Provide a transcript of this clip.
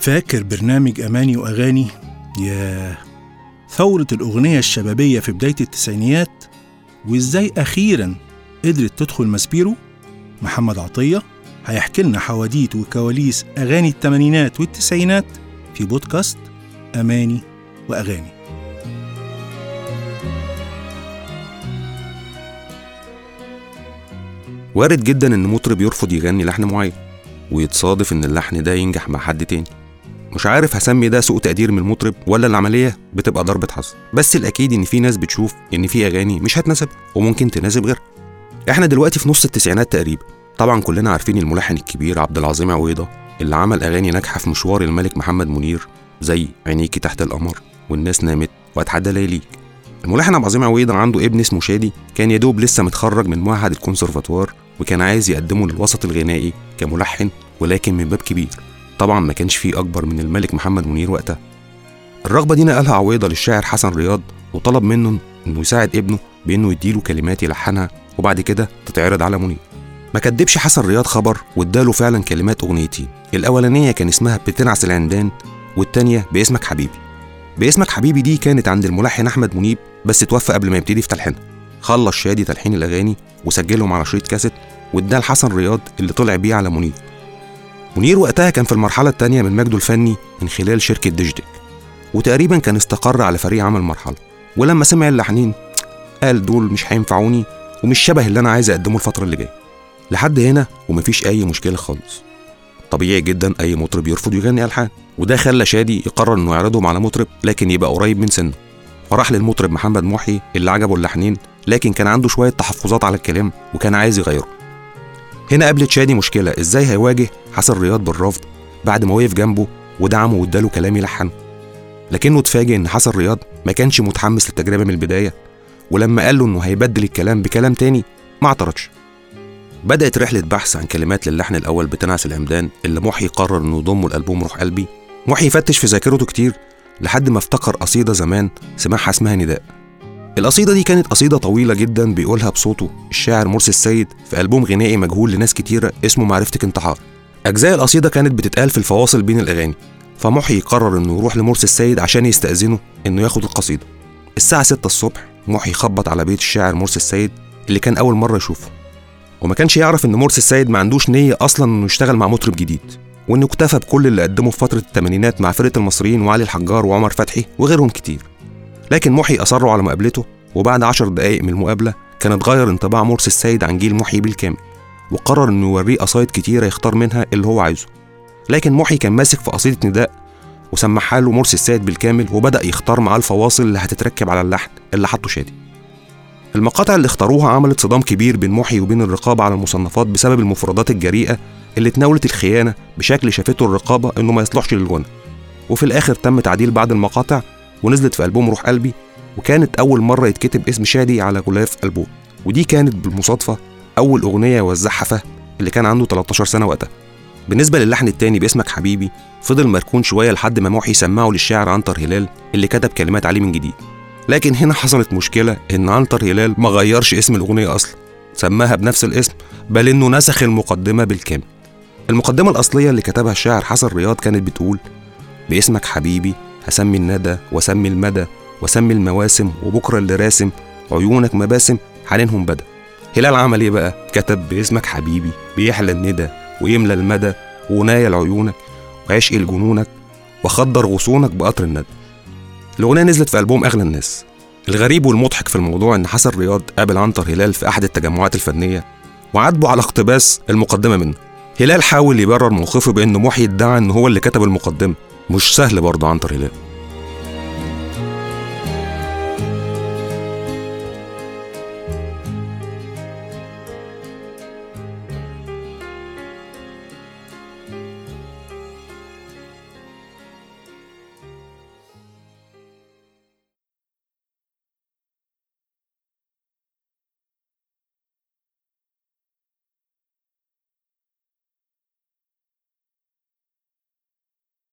فاكر برنامج أماني وأغاني؟ يا ثورة الأغنية الشبابية في بداية التسعينيات، وإزاي أخيراً قدرت تدخل مسبيرو. محمد عطية هيحكي لنا حواديت وكواليس أغاني الثمانينات والتسعينات في بودكاست أماني وأغاني. وارد جدا ان مطرب يرفض يغني لحن معين ويتصادف ان اللحن ده ينجح مع حد تاني. مش عارف هسمي ده سوء تقدير من المطرب ولا العملية بتبقى ضربة حظ، بس الأكيد إن في ناس بتشوف إن في أغاني مش هتناسب وممكن تناسب غيرها. إحنا دلوقتي في نص التسعينات تقريبا. طبعا كلنا عارفين الملحن الكبير عبد العظيم عويضة اللي عمل أغاني ناجحة في مشوار الملك محمد منير زي عينيكي تحت القمر والناس نامت واتحدى ليليك. الملحن عبد العظيم عويضة عنده ابن اسمه شادي، كان يدوب لسه متخرج من معهد الكونسرفاتوار وكان عايز يقدمه للوسط الغنائي كملحن، ولكن من باب كبير. طبعا ما كانش فيه أكبر من الملك محمد منير وقتها. الرغبة دي نقلها عويضة للشاعر حسن رياض وطلب منه إنه يساعد ابنه بإنه يديله كلمات يلحنها وبعد كده تتعرض على منير. ما كدبش حسن رياض خبر واداله فعلا كلمات أغنيتين. الأولانية كان اسمها بتنعس العندان، والتانية باسمك حبيبي. باسمك حبيبي دي كانت عند الملحن أحمد منيب، بس توفى قبل ما يبتدي في تلحينها. خلص شادي تلحين الأغاني وسجلهم على شريط كاسيت واداه لحسن رياض اللي طلع بيه على منير. منير وقتها كان في المرحلة التانية من مجده الفني من خلال شركة ديجيتك، وتقريبا كان استقر على فريق عمل مرحلة. ولما سمع اللحنين قال دول مش هينفعوني ومش شبه اللي أنا عايز أقدمه الفترة اللي جاية. لحد هنا ومفيش أي مشكلة خالص. طبيعي جدا أي مطرب يرفض يغني ألحان، وده خلى شادي يقرر إنه يعرضهم على مطرب لكن يبقى قريب من سنه. فراح للمطرب محمد محي اللي عجبه اللحنين، لكن كان عنده شوية تحفظات على الكلام وكان عايز يغيره. هنا قابلت شادي مشكلة، ازاي هيواجه حسن رياض بالرفض بعد ما وقف جنبه ودعمه واداله كلام يلحنه. لكنه اتفاجئ ان حسن رياض ما كانش متحمس للتجربة من البداية، ولما قال له انه هيبدل الكلام بكلام تاني ما اعترضش. بدأت رحلة بحث عن كلمات للحن الأول بتنعس العمدان اللي محي قرر انه يضمه لألبوم روح قلبي. محي فتش في ذاكرته كتير لحد ما افتكر قصيدة زمان سمعها اسمها نداء. القصيدة دي كانت قصيدة طويلة جدا بيقولها بصوته الشاعر مرسي السيد في ألبوم غنائي مجهول لناس كتيرة اسمه معرفتك انتحار. أجزاء القصيدة كانت بتتقال في الفواصل بين الأغاني، فمحي قرر إنه يروح لمرسي السيد عشان يستأذنه إنه ياخد القصيدة. الساعة 6 الصبح محي خبط على بيت الشاعر مرسي السيد اللي كان أول مرة يشوفه، وما كانش يعرف إن مرسي السيد ما عندوش نية أصلا إنه يشتغل مع مطرب جديد، وإنه اكتفى بكل اللي قدمه في فترة الثمانينات مع فرقة المصريين وعلي الحجار وعمر فتحي وغيرهم كتير. لكن محي أصروا على مقابلته، وبعد 10 دقايق من المقابلة كان اتغير انطباع مرسي السيد عن جيل محي بالكامل، وقرر انه يوريه قصايد كتيرة يختار منها اللي هو عايزه. لكن محي كان ماسك في قصيدة نداء وسمعها له مرسي السيد بالكامل، وبدأ يختار معاه الفواصل اللي هتتركب على اللحن اللي حطه شادي. المقاطع اللي اختاروها عملت صدام كبير بين محي وبين الرقابة على المصنفات بسبب المفردات الجريئة اللي تناولت الخيانة بشكل شافته الرقابة انه ما يصلحش للغنى. وفي الاخر تم تعديل بعض المقاطع ونزلت في ألبوم روح قلبي، وكانت أول مرة يتكتب اسم شادي على غلاف ألبوم. ودي كانت بالمصادفة أول أغنية يوزعها فهد اللي كان عنده 13 سنة وقتها. بالنسبة للحن التاني باسمك حبيبي فضل مركون شوية لحد ما محي سمعه للشاعر عنتر هلال اللي كتب كلمات عليه من جديد. لكن هنا حصلت مشكلة، إن عنتر هلال ما غيرش اسم الأغنية أصلا، سماها بنفس الاسم، بل إنه نسخ المقدمة بالكامل. المقدمة الأصلية اللي كتبها الشاعر حسن رياض كانت بتقول باسمك حبيبي هسمي الندى وسمي المدى وسمي المواسم وبكرة اللي راسم عيونك مباسم حنينهم بدا. هلال عمل ايه بقى؟ كتب باسمك حبيبي بيحلى الندى ويملى المدى ونايل عيونك وعشق لجنونك وخضر غصونك بقطر الندى. الأغنية نزلت في ألبوم أغلى الناس. الغريب والمضحك في الموضوع إن حسن رياض قابل عنتر هلال في أحد التجمعات الفنية وعاتبه على اقتباس المقدمة منه. هلال حاول يبرر موقفه بأنه محي ادعى إن هو اللي كتب المقدمة. مش سهل برضه عنتر هلال.